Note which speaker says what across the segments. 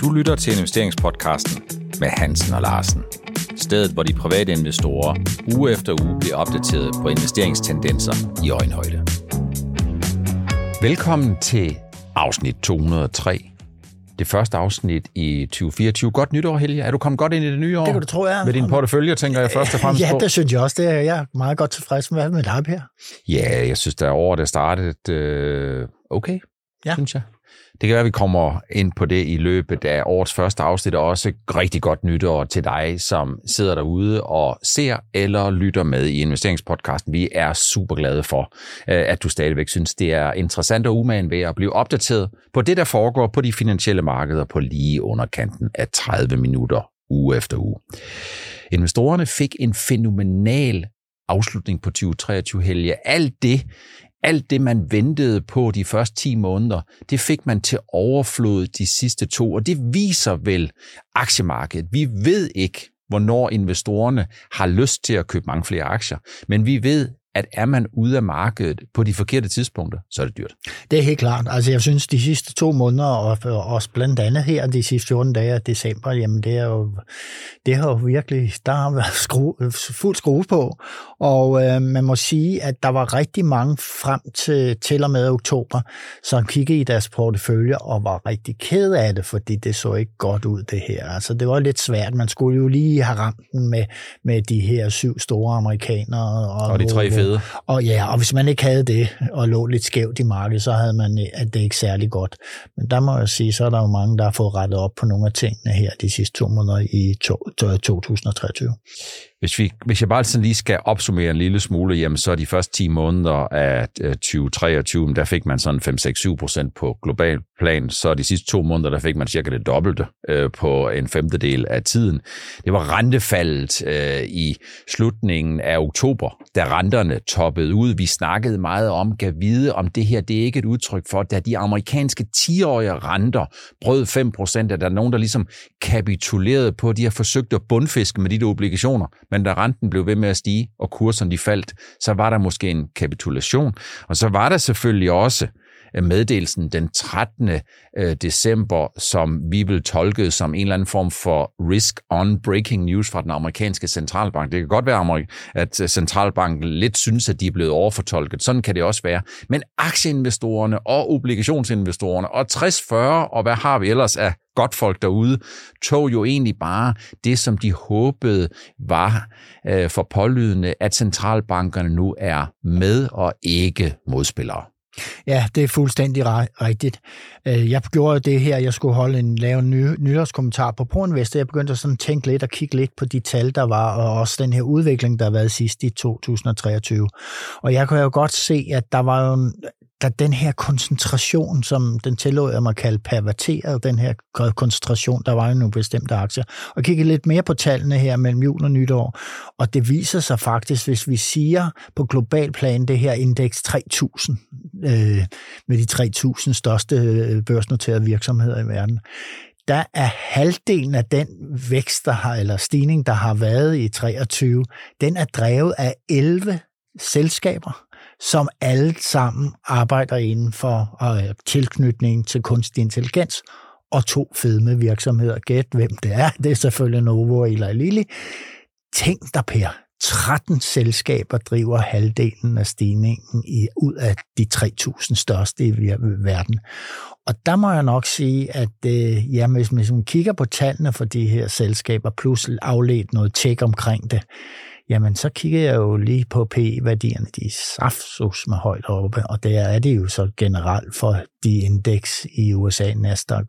Speaker 1: Du lytter til investeringspodcasten med Hansen og Larsen. Stedet, hvor de private investorer uge efter uge bliver opdateret på investeringstendenser i øjenhøjde. Velkommen til afsnit 203. Det første afsnit i 2024. Godt nytår, Helge. Er du kommet godt ind i det nye år?
Speaker 2: Det kan du tro, ja.
Speaker 1: Med din portefølje, tænker jeg først og fremmest på.
Speaker 2: Ja, det synes jeg også. Det er jeg meget godt tilfreds med. Hvad med dig, Per?
Speaker 1: Ja, jeg synes, der året er startet okay, synes jeg. Det kan være, at vi kommer ind på det i løbet af årets første afsnit, og også rigtig godt nytår til dig, som sidder derude og ser eller lytter med i investeringspodcasten. Vi er super glade for, at du stadigvæk synes, det er interessant og umagen ved at blive opdateret på det, der foregår på de finansielle markeder på lige underkanten af 30 minutter uge efter uge. Investorerne fik en fænomenal afslutning på 2023, Helge. Alt det, man ventede på de første 10 måneder, det fik man til overflod de sidste 2, og det viser vel aktiemarkedet. Vi ved ikke, hvornår investorerne har lyst til at købe mange flere aktier, men vi ved, at er man ude af markedet på de forkerte tidspunkter, så er det dyrt.
Speaker 2: Det er helt klart. Altså jeg synes, de sidste 2 måneder, og også blandt andet her, de sidste 14 dage af december, jamen det har jo virkelig, der har været fuld skrue på, og man må sige, at der var rigtig mange frem til og med oktober, som kiggede i deres portefølje og var rigtig ked af det, fordi det så ikke godt ud det her. Altså det var lidt svært. Man skulle jo lige have ramt den med de her 7 store amerikanere.
Speaker 1: Og de 3 fede.
Speaker 2: Og hvis man ikke havde det, og lå lidt skævt i markedet, så havde man det ikke særlig godt. Men der må jeg sige, så er der jo mange, der har fået rettet op på nogle af tingene her de sidste 2 måneder i 2023.
Speaker 1: Hvis jeg bare sådan lige skal opsummere en lille smule, jamen så de første 10 måneder af 2023, der fik man sådan 5-6-7% på global plan, så de sidste 2 måneder, der fik man cirka det dobbelte på en femtedel af tiden. Det var rentefaldet i slutningen af oktober, da renterne toppede ud. Vi snakkede meget om, kan vide om det her, det er ikke et udtryk for, da de amerikanske 10-årige renter brød 5%, at der er nogen, der ligesom kapitulerede på, de har forsøgt at bundfiske med de der obligationer, men da renten blev ved med at stige, og kurserne de faldt, så var der måske en kapitulation. Og så var der selvfølgelig også meddelelsen den 13. december, som vi vil tolke som en eller anden form for risk-on breaking news fra den amerikanske centralbank. Det kan godt være, at centralbanken lidt synes, at de er blevet overfortolket. Sådan kan det også være. Men aktieinvestorerne og obligationsinvestorerne og 60-40, og hvad har vi ellers af godt folk derude, tog jo egentlig bare det, som de håbede var for pålydende, at centralbankerne nu er med og ikke modspillere.
Speaker 2: Ja, det er fuldstændig rigtigt. Jeg gjorde det her, jeg skulle lave en nytårskommentar på ProInvest. Jeg begyndte at sådan tænke lidt og kigge lidt på de tal, der var, og også den her udvikling, der har været sidst i 2023. Og jeg kunne jo godt se, at der var jo den her koncentration, som den tillod jeg mig at kalde perverteret, den her koncentration, der var jo nogle bestemte aktier. Og kigge lidt mere på tallene her mellem jul og nytår, og det viser sig faktisk, hvis vi siger på global plan, det her indeks 3000, med de 3.000 største børsnoterede virksomheder i verden, der er halvdelen af den vækst, eller stigning, der har været i 23, den er drevet af 11 selskaber, som alle sammen arbejder inden for tilknytning til kunstig intelligens, og 2 fedme virksomheder. Gæt hvem det er. Det er selvfølgelig Novo eller Eli Lilly. Tænk dig, Per. 13 selskaber driver halvdelen af stigningen ud af de 3.000 største i verden. Og der må jeg nok sige, at hvis man kigger på tallene for de her selskaber, plus afledt noget tjek omkring det, jamen så kigger jeg jo lige på PE-værdierne, de er saftsus med højt oppe, og der er det jo så generelt for de indeks i USA, Nasdaq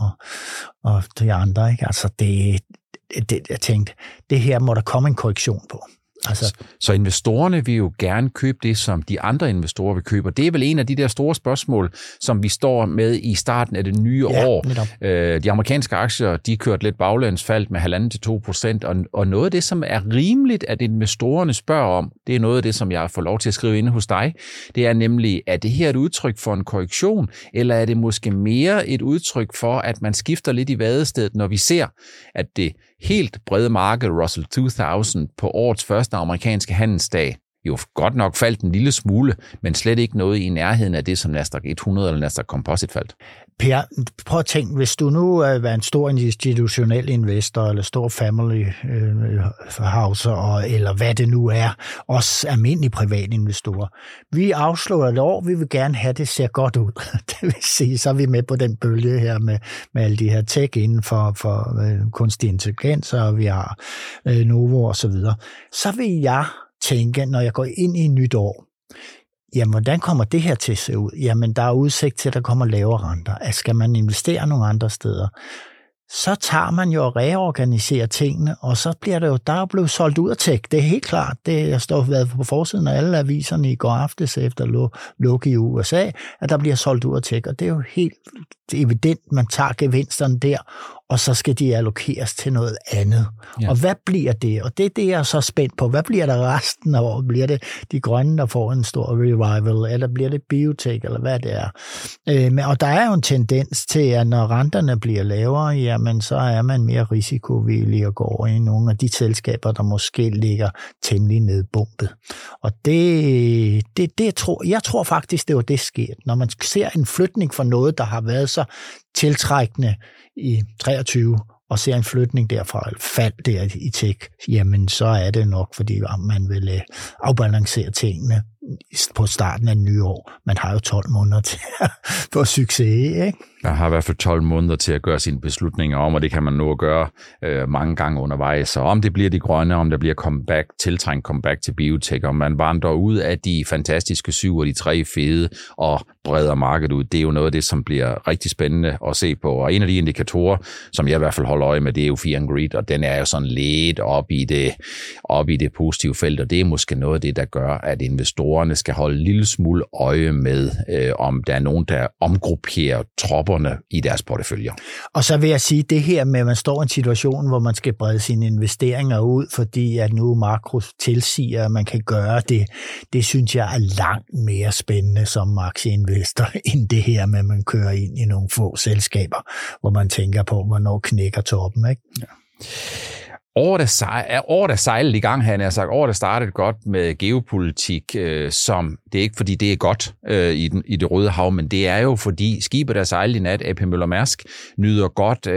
Speaker 2: og de andre, ikke? Altså jeg tænkte, det her må der komme en korrektion på. Altså,
Speaker 1: så investorerne vil jo gerne købe det, som de andre investorer vil købe, og det er vel en af de der store spørgsmål, som vi står med i starten af det nye år. De amerikanske aktier, de kørte lidt baglæns, faldt med 1,5-2%, og noget af det, som er rimeligt, at investorerne spørger om, det er noget af det, som jeg får lov til at skrive inde hos dig, det er nemlig, er det her et udtryk for en korrektion, eller er det måske mere et udtryk for, at man skifter lidt i vadestedet, når vi ser, at det helt brede marked, Russell 2000, på årets første amerikanske handelsdag, jo godt nok faldt en lille smule, men slet ikke noget i nærheden af det, som Nasdaq 100 eller Nasdaq Composite faldt.
Speaker 2: Per, prøv at tænke, hvis du nu er en stor institutionel investor, eller stor family house, eller hvad det nu er, også almindelige private investorer. Vi afslår et år, vi vil gerne have, det ser godt ud. Det vil sige, så er vi med på den bølge her med alle de her tech inden for kunstig intelligens, og vi har Novo og så videre. Så vil jeg tænke, når jeg går ind i et nyt år, jamen, hvordan kommer det her til at se ud? Jamen, der er udsigt til, at der kommer lavere renter. Skal man investere nogle andre steder? Så tager man jo og reorganiserer tingene, og så bliver det jo, der er blevet solgt ud af tech. Det er helt klart. Det har stået været på forsiden af alle aviserne i går aftes efter luk i USA, at der bliver solgt ud af tech, og det er jo helt evident, man tager gevinsterne der, og så skal de allokeres til noget andet. Ja. Og hvad bliver det? Og det er det, jeg er så spændt på. Hvad bliver der resten af året? Bliver det de grønne, der får en stor revival, eller bliver det biotech, eller hvad det er? Og der er jo en tendens til, at når renterne bliver lavere, jamen så er man mere risikovillig at gå over i nogle af de selskaber, der måske ligger temmelig nedbumpet. Og jeg tror faktisk, det var det sker. Når man ser en flytning fra noget, der har været så tiltrækkende i 23, og ser en flytning derfra, eller fald der i tech, jamen så er det nok, fordi man vil afbalancere tingene på starten af det nye år. Man har jo 12 måneder til at få succes, ikke?
Speaker 1: Man har i hvert fald 12 måneder til at gøre sine beslutninger om, og det kan man nå at gøre mange gange undervejs. Så om det bliver de grønne, om der bliver tiltrængt comeback til biotech, om man vandrer ud af de fantastiske 7 og de 3 fede og breder markedet ud, det er jo noget af det, som bliver rigtig spændende at se på. Og en af de indikatorer, som jeg i hvert fald holder øje med, det er jo Fear and Greed, og den er jo sådan lidt op i det positive felt, og det er måske noget af det, der gør, at investorerne skal holde en lille smule øje med, om der er nogen, der omgrupperer tropperne i deres porteføljer.
Speaker 2: Og så vil jeg sige, det her med, at man står i en situation, hvor man skal brede sine investeringer ud, fordi at nu makro tilsiger, at man kan gøre det, det synes jeg er langt mere spændende som aktieinvestor, end det her med, at man kører ind i nogle få selskaber, hvor man tænker på, hvornår knækker toppen, ikke? Ja.
Speaker 1: Året er sejlet i gang, han har sagt. Året er startet godt med geopolitik, som det er ikke fordi det er godt i det Røde Hav, men det er jo fordi skibet, der sejler i nat, AP Møller Mærsk, nyder godt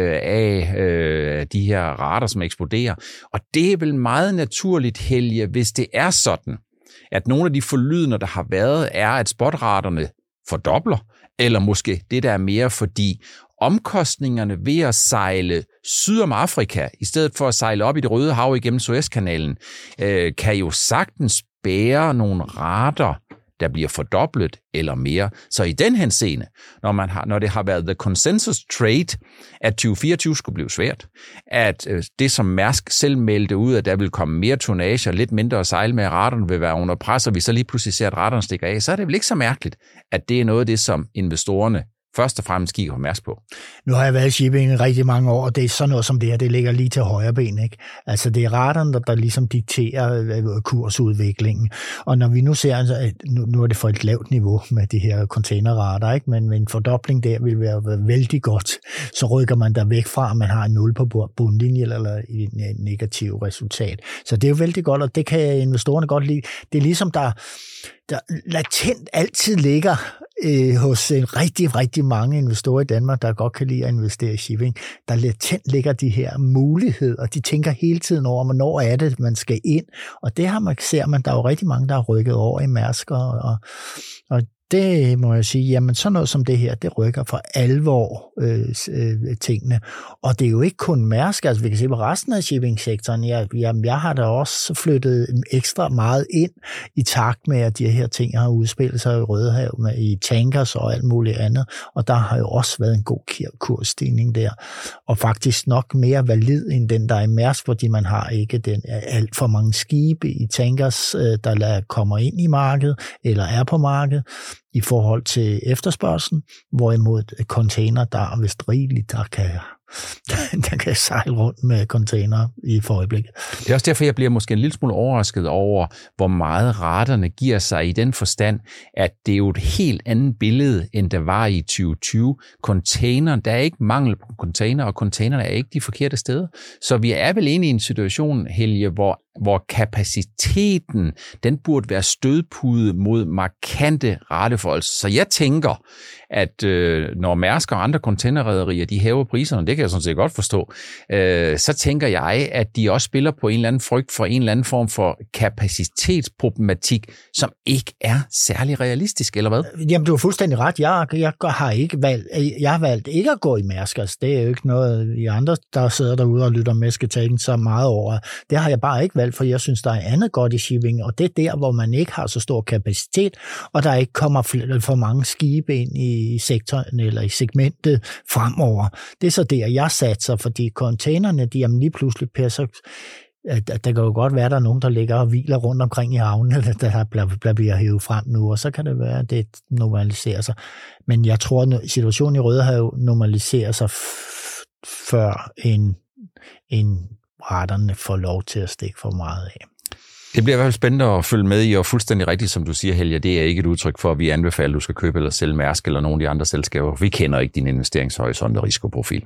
Speaker 1: af de her rater, som eksploderer. Og det er vel meget naturligt, Helge, hvis det er sådan, at nogle af de forlydender, der har været, er, at spotraterne fordobler, eller måske det, der er mere, fordi omkostningerne ved at sejle syd om Afrika, i stedet for at sejle op i det Røde Hav igennem Suezkanalen, kan jo sagtens bære nogle rater, der bliver fordoblet eller mere. Så i den henseende, når det har været the consensus trade, at 2024 skulle blive svært, at det som Mærsk selv meldte ud, at der vil komme mere tonnage og lidt mindre at sejle med, raterne vil være under pres, og vi så lige pludselig ser, at raterne stikker af, så er det vel ikke så mærkeligt, at det er noget af det, som investorerne først og fremmest kigger Mærsk på.
Speaker 2: Nu har jeg været i shipping i rigtig mange år, og det er sådan noget som det her, det ligger lige til højre ben, ikke? Altså det er raterne, der ligesom dikterer kursudviklingen. Og når vi nu ser, altså, nu er det for et lavt niveau med de her containerrater, ikke? Men en fordobling der vil være vældig godt. Så rykker man der væk fra, at man har en 0 på bundlinje eller et negativt resultat. Så det er jo vældig godt, og det kan investorerne godt lide. Det er ligesom der latent altid ligger hos en rigtig mange investorer i Danmark, der godt kan lide at investere i shipping. Der latent ligger de her muligheder, og de tænker hele tiden over, hvornår er det, man skal ind. Og det ser man, der er jo rigtig mange, der har rykket over i Mærsk, og det må jeg sige, jamen sådan noget som det her, det rykker for alvor tingene. Og det er jo ikke kun Mærsk, altså vi kan se på resten af shippingsektoren. Jeg har da også flyttet ekstra meget ind i takt med, at de her ting har udspillet sig i Rødehav med i tankers og alt muligt andet. Og der har jo også været en god kursstigning der. Og faktisk nok mere valid end den, der er i Mærsk, fordi man har ikke den alt for mange skibe i tankers, der kommer ind i markedet eller er på markedet i forhold til efterspørgselen, hvorimod container, der er vist rigeligt, der kan sejle rundt med container i forøjeblikket.
Speaker 1: Det er også derfor, jeg bliver måske en lille smule overrasket over, hvor meget raterne giver sig i den forstand, at det er jo et helt andet billede, end der var i 2020. Der er ikke mangel på container, og containerne er ikke de forkerte steder. Så vi er vel inde i en situation, Helge, hvor hvor kapaciteten, den burde være stødpude mod markante rateforhold. Så jeg tænker, at når Mærsk og andre containerrederier, de hæver priserne, det kan jeg sådan set godt forstå, så tænker jeg, at de også spiller på en eller anden frygt for en eller anden form for kapacitetsproblematik, som ikke er særlig realistisk, eller hvad?
Speaker 2: Jamen, du har fuldstændig ret. Jeg har valgt ikke at gå i Mærsk. Altså, det er jo ikke noget, I andre, der sidder derude og lytter med, skal tænke så meget over. Det har jeg bare ikke valgt, for jeg synes, der er andet godt i shipping, og det er der, hvor man ikke har så stor kapacitet, og der ikke kommer for mange skibe ind i sektoren eller i segmentet fremover. Det er så der, jeg satser, fordi containerne, de er lige pludselig pæser. Der kan jo godt være, der er nogen, der ligger og hviler rundt omkring i havnen, der bliver hævet frem nu, og så kan det være, at det normaliserer sig. Men jeg tror, at situationen i Rødehavet normaliserer sig før en retterne får lov til at stikke for meget af.
Speaker 1: Det bliver i hvert fald spændende at følge med i, og fuldstændig rigtigt, som du siger, Helge, det er ikke et udtryk for, at vi anbefaler, at du skal købe eller sælge Mærsk eller nogle af de andre selskaber. Vi kender ikke din investeringshorisont og risikoprofil.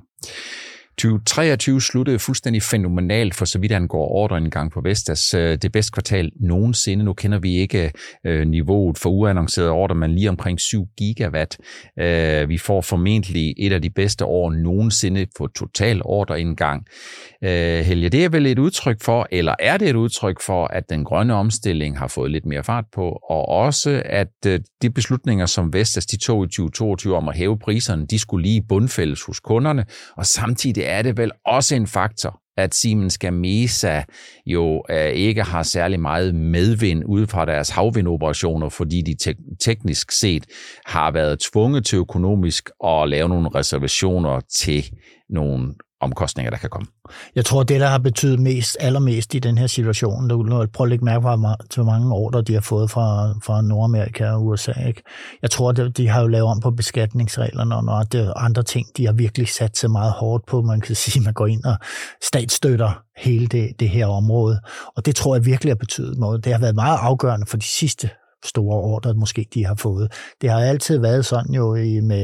Speaker 1: 2023 sluttede fuldstændig fænomenalt, for så vidt angår ordreindgang på Vestas. Det bedste kvartal nogensinde. Nu kender vi ikke niveauet for uannoncerede ordre, men lige omkring 7 gigawatt. Vi får formentlig et af de bedste år nogensinde på total ordreindgang. Helge, det er vel et udtryk for, eller er det et udtryk for, at den grønne omstilling har fået lidt mere fart på, og også at de beslutninger, som Vestas de tog i 2022 om at hæve priserne, de skulle lige bundfældes hos kunderne, og samtidig er det vel også en faktor, at Siemens Gamesa jo ikke har særlig meget medvind ude fra deres havvindoperationer, fordi de teknisk set har været tvunget til økonomisk at lave nogle reservationer til nogle omkostninger, der kan komme.
Speaker 2: Jeg tror, det, der har betydet allermest i den her situation, prøv at lægge mærke til, hvor mange ordre de har fået fra Nordamerika og USA. Ikke? Jeg tror, de har jo lavet om på beskatningsreglerne, og det er andre ting, de har virkelig sat sig meget hårdt på. Man kan sige, at man går ind og statsstøtter hele det her område, og det tror jeg virkelig har betydet noget. Det har været meget afgørende for de sidste store ordre, måske de har fået. Det har altid været sådan jo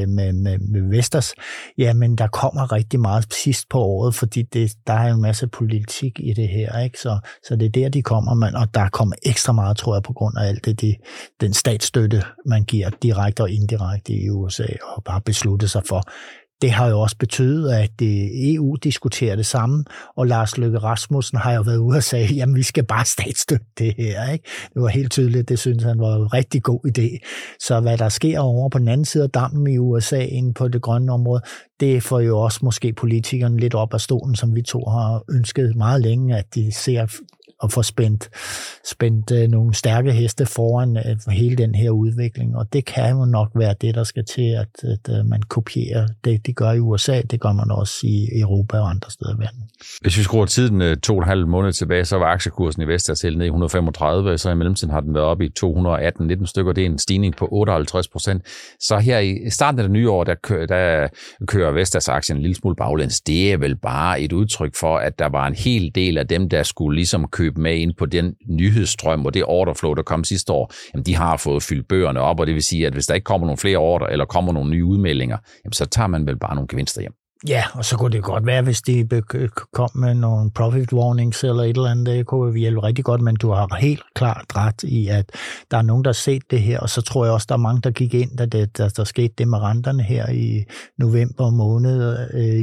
Speaker 2: med Vestas. Jamen, der kommer rigtig meget sidst på året, fordi der er en masse politik i det her, ikke? Så det er der, de kommer, og der kommer ekstra meget, tror jeg, på grund af alt den statsstøtte, man giver direkte og indirekte i USA, og bare beslutte sig for. Det har jo også betydet, at EU diskuterer det samme, og Lars Løkke Rasmussen har jo været ude og sige, jamen vi skal bare statsstøtte det her. Ikke? Det var helt tydeligt, det synes han var en rigtig god idé. Så hvad der sker over på den anden side af dammen i USA, inde på det grønne område, det får jo også måske politikerne lidt op af stolen, som vi to har ønsket meget længe, at de ser og få spændt nogle stærke heste foran hele den her udvikling. Og det kan jo nok være det, der skal til, at man kopierer det. Det gør i USA, det gør man også i Europa og andre steder i verden.
Speaker 1: Hvis vi skruer tiden 2,5 måneder tilbage, så var aktiekursen i Vestas helt ned i 135, så i mellemtiden har den været oppe i 218-19 stykker. Det er en stigning på 58%. Så her i starten af det nye år, der kører Vestas-aktien en lille smule baglæns. Det er vel bare et udtryk for, at der var en hel del af dem, der skulle ligesom købe med ind på den nyhedsstrøm og det orderflow, der kom sidste år, jamen de har fået fyldt bøgerne op, og det vil sige, at hvis der ikke kommer nogle flere ordrer, eller kommer nogle nye udmeldinger, jamen så tager man vel bare nogle gevinster hjem.
Speaker 2: Ja, og så kunne det godt være, hvis de kom med nogle profit warnings eller et eller andet, det kunne hjælpe rigtig godt, men du har helt klart ret i, at der er nogen, der har set det her, og så tror jeg også, der er mange, der gik ind, da der skete det med renterne her i november måned.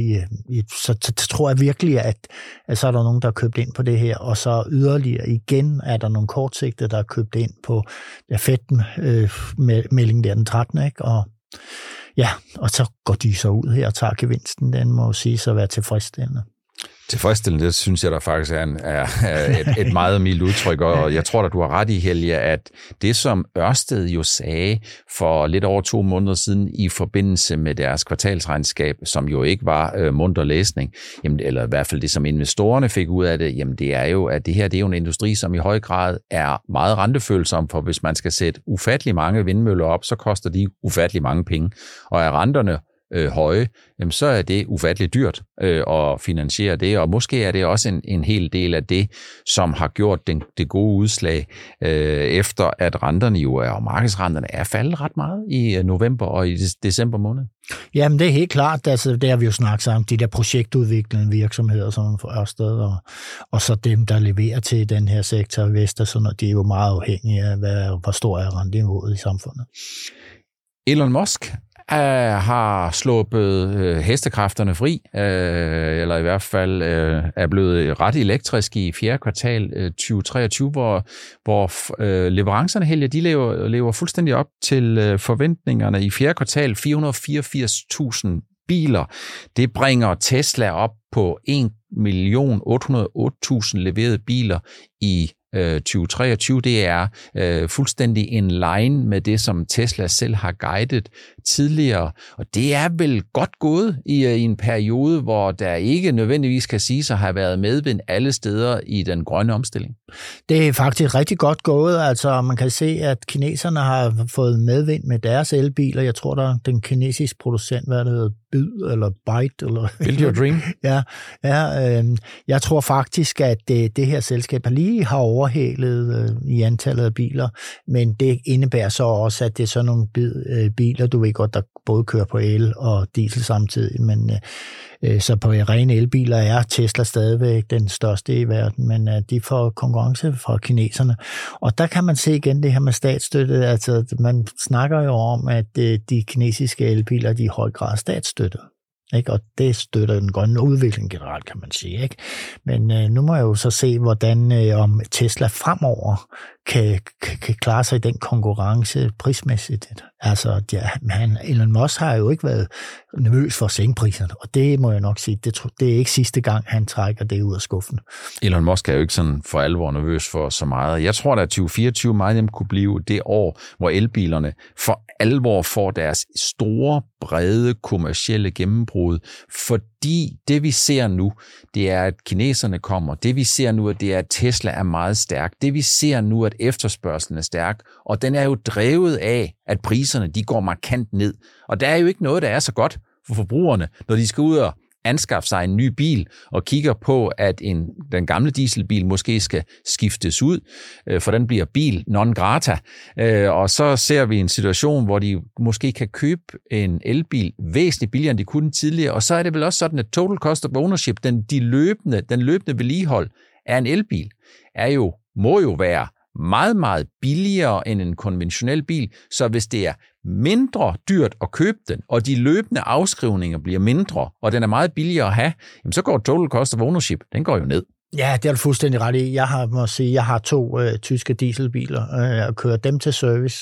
Speaker 2: Så tror jeg virkelig, at så er der nogen, der har købt ind på det her, og så yderligere igen er der nogle kortsigtede, der har købt ind på meldingen der den 13. Ikke? Og så går de så ud her og tager gevinsten. Den må jo sige at være tilfredsstillende.
Speaker 1: Tilfredsstillende, det synes jeg, der faktisk er et meget mildt udtryk, og jeg tror, at du har ret i, Helge, at det, som Ørsted jo sagde for lidt over 2 måneder siden i forbindelse med deres kvartalsregnskab, som jo ikke var munter læsning, jamen, eller i hvert fald det, som investorerne fik ud af det, jamen det er jo, at det her det er jo en industri, som i høj grad er meget rentefølsom, for hvis man skal sætte ufattelig mange vindmøller op, så koster de ufattelig mange penge, og er renterne høje, jamen så er det ufatteligt dyrt at finansiere det, og måske er det også en hel del af det, som har gjort det gode udslag, efter at renterne jo er, og markedsrenterne er faldet ret meget i november og i december måned.
Speaker 2: Jamen det er helt klart, altså det har vi jo snakket om, de der projektudviklende virksomheder som Ørsted, og så dem, der leverer til den her sektor i Vest, så de er jo meget afhængige af, hvor stor er renteniveauet i samfundet.
Speaker 1: Elon Musk har sluppet hestekræfterne fri, eller i hvert fald er blevet ret elektrisk i fjerde kvartal 2023, hvor leverancerne, Helge, de lever fuldstændig op til forventningerne. I fjerde kvartal 484.000 biler. Det bringer Tesla op på 1.808.000 leverede biler i 2023, det er fuldstændig in line med det, som Tesla selv har guidet tidligere. Og det er vel godt gået i en periode, hvor der ikke nødvendigvis kan siges at have været medvind alle steder i den grønne omstilling.
Speaker 2: Det er faktisk rigtig godt gået. Altså man kan se, at kineserne har fået medvind med deres elbiler. Jeg tror, der er den kinesiske producent, hvad det hedder, Byd eller Byte. Eller
Speaker 1: Build Your Dream.
Speaker 2: Jeg tror faktisk, at det her selskab lige har overhælet i antallet af biler, men det indebærer så også, at det er sådan nogle biler, du ved godt, der både kører på el og diesel samtidig, men så på rene elbiler er Tesla stadigvæk den største i verden, men de får konkurrence fra kineserne. Og der kan man se igen det her med statsstøtte. Altså man snakker jo om, at de kinesiske elbiler, de er i høj grad statsstøttet. Ikke? Og det støtter den grønne udvikling generelt, kan man sige. Ikke? Men nu må jeg jo så se, hvordan om Tesla fremover kan klare sig i den konkurrence prismæssigt. Altså, Elon Musk har jo ikke været nervøs for at sænke priserne, og det må jeg nok sige, det er ikke sidste gang, han trækker det ud af skuffen.
Speaker 1: Elon Musk er jo ikke sådan for alvor nervøs for så meget. Jeg tror, at 2024 meget nemt kunne blive det år, hvor elbilerne for alvor får deres store, brede, kommercielle gennembrud, fordi det vi ser nu, det er, at kineserne kommer. Det vi ser nu, det er, at Tesla er meget stærk. Det vi ser nu, at efterspørgselen er stærk, og den er jo drevet af, at priserne de går markant ned. Og der er jo ikke noget, der er så godt for forbrugerne, når de skal ud og anskaffe sig en ny bil og kigger på, at den gamle dieselbil måske skal skiftes ud, for den bliver bil non grata. Og så ser vi en situation, hvor de måske kan købe en elbil væsentligt billigere, end de kunne tidligere. Og så er det vel også sådan, at total cost of ownership, den løbende vedligehold af en elbil, må jo være meget, meget billigere end en konventionel bil. Så hvis det er mindre dyrt at købe den, og de løbende afskrivninger bliver mindre, og den er meget billigere at have, jamen så går total cost of ownership, den går jo ned.
Speaker 2: Ja, det er du fuldstændig ret i. Jeg har 2 tyske dieselbiler, og kører dem til service.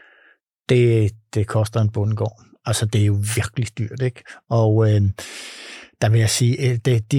Speaker 2: Det koster en bundgård. Altså, det er jo virkelig dyrt, ikke? Og der vil jeg sige,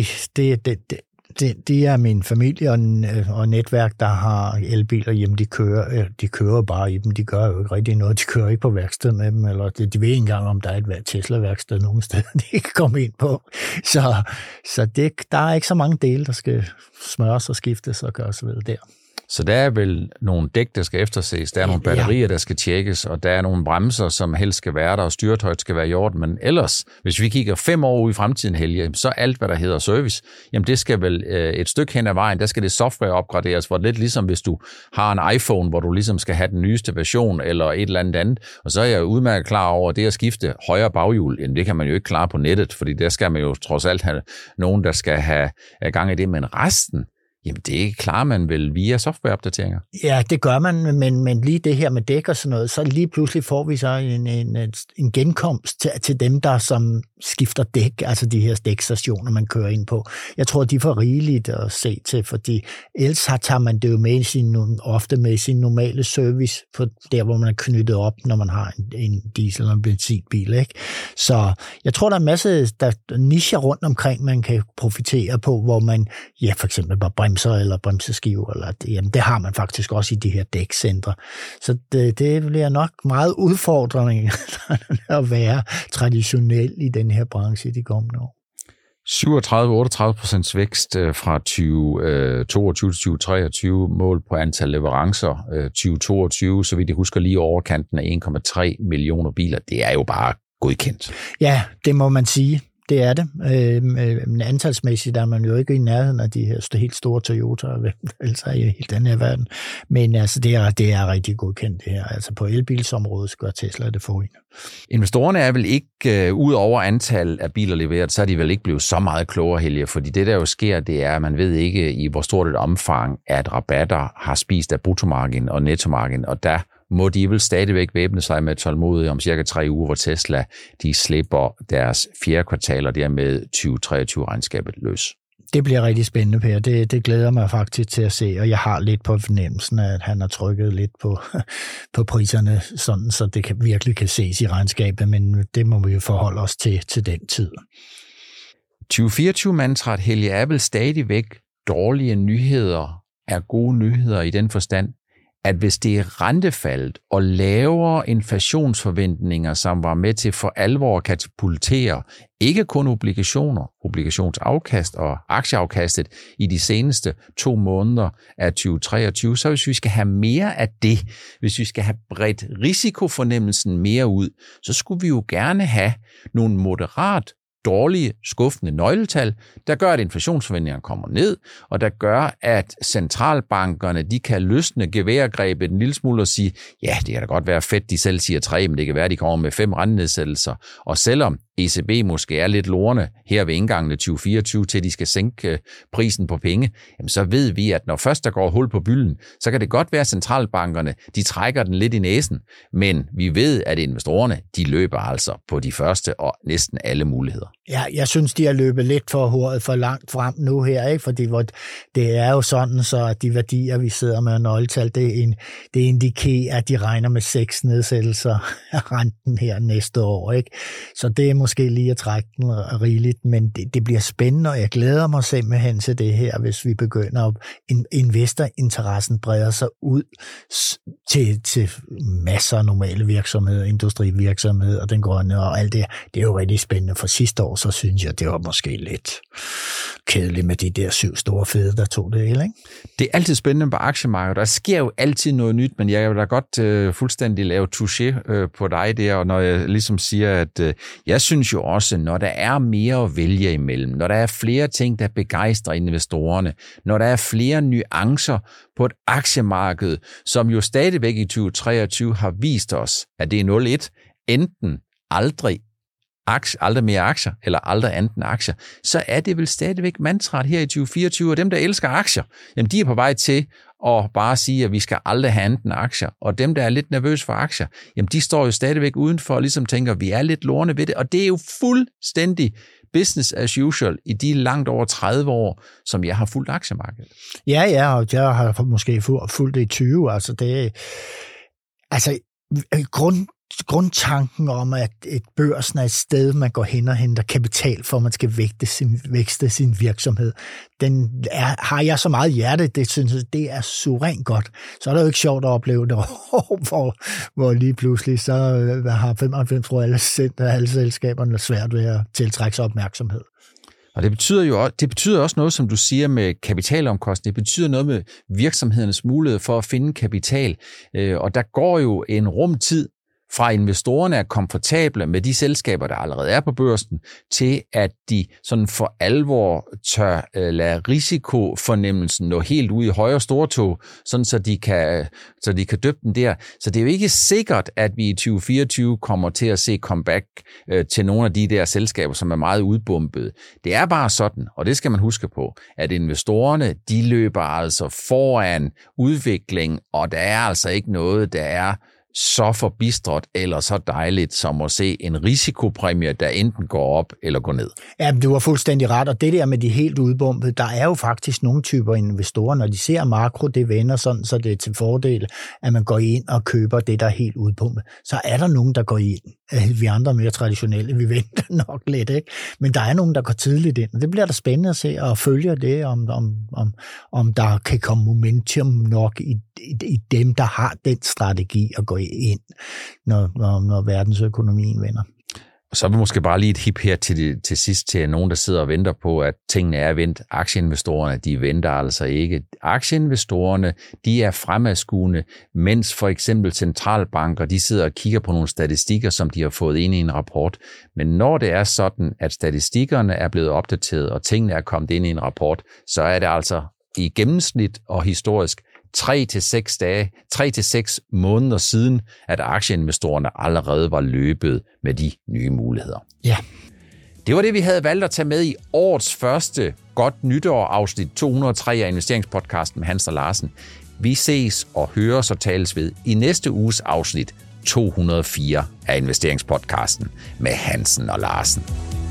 Speaker 2: det er min familie og netværk, der har elbiler hjemme. De kører bare i dem. De gør jo ikke rigtig noget. De kører ikke på værksted med dem, eller de ved ikke engang, om der er et Tesla-værksted nogen steder, de kan komme ind på. Så der er ikke så mange dele, der skal smøres og skiftes og gøres ved der.
Speaker 1: Så der er vel nogle dæk, der skal efterses, der er nogle batterier, der skal tjekkes, og der er nogle bremser, som helst skal være der, og styretøjet skal være i orden. Men ellers, hvis vi kigger 5 år ud i fremtiden, Helge, så alt, hvad der hedder service, jamen det skal vel et stykke hen ad vejen, der skal det software opgraderes, hvor det lidt ligesom hvis du har en iPhone, hvor du ligesom skal have den nyeste version, eller et eller andet. Og så er jeg udmærket klar over, at det at skifte højre baghjul, jamen det kan man jo ikke klare på nettet, fordi der skal man jo trods alt have nogen, der skal have gang i det, men resten, jamen det klarer man vel via softwareopdateringer? Ja,
Speaker 2: det gør man, men lige det her med dæk og sådan noget, så lige pludselig får vi så en genkomst til dem, der som skifter dæk, altså de her dækstationer, man kører ind på. Jeg tror, de får rigeligt at se til, fordi ellers tager man det jo med ofte med sin normale service, på der hvor man er knyttet op, når man har en diesel- eller en benzinbil, ikke? Så jeg tror, der er en masse nicher rundt omkring, man kan profitere på, hvor man, for eksempel bare bremser eller bremseskiver, eller det har man faktisk også i de her dækcentre. Så det bliver nok meget udfordrende at være traditionel i den her branche de kommende år.
Speaker 1: 37-38% vækst fra 2022 til 2023, mål på antal leverancer 2022, så vidt jeg husker lige overkanten af 1,3 millioner biler. Det er jo bare godkendt.
Speaker 2: Ja, det må man sige. Det er det. Antalsmæssigt er man jo ikke i nærheden af de her helt store Toyota, altså i hele den her verden. Men altså, det er rigtig godkendt det her. Altså på elbilsområdet gør Tesla det forrige.
Speaker 1: Investorerne er vel ikke, ud over antal af biler leveret, så er de vel ikke blevet så meget klogere, Helge, fordi det der jo sker, det er, at man ved ikke i hvor stort et omfang, at rabatter har spist af bruttomargin og nettomargin, og der må de vel stadigvæk væbne sig med tålmodighed om cirka 3 uger, hvor Tesla de slipper deres 4. kvartal og dermed 2023-regnskabet løs.
Speaker 2: Det bliver rigtig spændende, Per. Det glæder mig faktisk til at se, og jeg har lidt på fornemmelsen, at han har trykket lidt på priserne, sådan, så det virkelig kan ses i regnskabet, men det må vi jo forholde os til den tid.
Speaker 1: 2024-mantraet, Helge, er vel stadigvæk dårlige nyheder er gode nyheder i den forstand, at hvis det er rentefaldet og lavere inflationsforventninger, som var med til for alvor at katapultere ikke kun obligationer, obligationsafkast og aktieafkastet i de seneste 2 måneder af 2023, så hvis vi skal have mere af det, hvis vi skal have bredt risikofornemmelsen mere ud, så skulle vi jo gerne have nogle moderat dårlige, skuffende nøgletal, der gør, at inflationsforventningerne kommer ned, og der gør, at centralbankerne de kan løsne geværgrebet en lille smule og sige, ja, det kan da godt være fedt, de selv siger 3, men det kan være, at de kommer med 5 rentenedsættelser. Og selvom ECB måske er lidt lorne her ved indgangen af 2024 til, at de skal sænke prisen på penge, jamen så ved vi, at når først der går hul på bylden, så kan det godt være, at centralbankerne de trækker den lidt i næsen, men vi ved, at investorerne de løber altså på de første og næsten alle muligheder.
Speaker 2: Ja, jeg synes, de har løbet lidt for langt frem nu her, ikke? Fordi det er jo sådan, så at de værdier, vi sidder med nøgletal, det indikerer, at de regner med 6 nedsættelser af renten her næste år, ikke? Så det er måske lige at trække den rigeligt, men det bliver spændende, og jeg glæder mig simpelthen til det her, hvis vi begynder at investorinteressen breder sig ud til masser af normale virksomheder, industrivirksomheder og den grønne og alt det. Det er jo rigtig spændende. For sidste år, så synes jeg, det var måske lidt kedeligt med de der 7 store fede, der tog det hele, ikke?
Speaker 1: Det er altid spændende på aktiemarkedet. Der sker jo altid noget nyt, men jeg vil da godt fuldstændig lave touché på dig der, og når jeg ligesom siger, at jeg synes jo også, når der er mere at vælge imellem, når der er flere ting, der begejstrer investorerne, når der er flere nuancer på et aktiemarked, som jo stadigvæk i 2023 har vist os, at det er 0-1, enten aldrig mere aktier, eller aldrig enten aktier, så er det vel stadigvæk mantraet her i 2024, og dem, der elsker aktier, jamen de er på vej til at bare sige, at vi skal aldrig have enten aktier, og dem, der er lidt nervøse for aktier, jamen de står jo stadigvæk udenfor og ligesom tænker, at vi er lidt lorne ved det, og det er jo fuldstændig business as usual i de langt over 30 år, som jeg har fulgt aktiemarkedet.
Speaker 2: Ja, og jeg har måske fulgt det i 20, grundtanken om, at et børsen er et sted, man går hen og henter kapital, for man skal vækste sin virksomhed, har jeg så meget hjerte, det synes jeg, det er suverænt godt. Så er det jo ikke sjovt at opleve det, hvor lige pludselig så har 95% af alle selskaberne svært ved at tiltrække sig opmærksomhed.
Speaker 1: Og det betyder også noget, som du siger med kapitalomkostning. Det betyder noget med virksomhedernes mulighed for at finde kapital. Og der går jo en rumtid fra investorerne er komfortable med de selskaber, der allerede er på børsen, til at de sådan for alvor tør lade risikofornemmelsen nå helt ud i højre stortog, sådan så de kan døbe den der. Så det er jo ikke sikkert, at vi i 2024 kommer til at se comeback til nogle af de der selskaber, som er meget udbumpet. Det er bare sådan, og det skal man huske på, at investorerne, de løber altså foran udvikling, og der er altså ikke noget, der er så forbistret eller så dejligt som at se en risikopræmie, der enten går op eller går ned.
Speaker 2: Ja, du har fuldstændig ret, og det der med de helt udbumpede, der er jo faktisk nogle typer investorer, når de ser makro, det vender sådan, så det er til fordel, at man går ind og køber det, der er helt udpumpet. Så er der nogen, der går ind. Vi andre mere traditionelle, vi venter nok lidt, ikke? Men der er nogen, der går tidligt ind, og det bliver da spændende at se og følge det, om der kan komme momentum nok i dem, der har den strategi at gå ind, når verdensøkonomien vender.
Speaker 1: Så er vi måske bare lige et hip her til sidst til nogen, der sidder og venter på, at tingene er vendt. Aktieinvestorerne, de venter altså ikke. Aktieinvestorerne, de er fremadskuende, mens for eksempel centralbanker, de sidder og kigger på nogle statistikker, som de har fået ind i en rapport. Men når det er sådan, at statistikkerne er blevet opdateret, og tingene er kommet ind i en rapport, så er det altså i gennemsnit og historisk 3 til 6 måneder siden, at aktieinvestorerne allerede var løbet med de nye muligheder.
Speaker 2: Ja.
Speaker 1: Det var det, vi havde valgt at tage med i årets første Godt Nytår afsnit 203 af investeringspodcasten med Hans og Larsen. Vi ses og høres og tales ved i næste uges afsnit 204 af investeringspodcasten med Hansen og Larsen.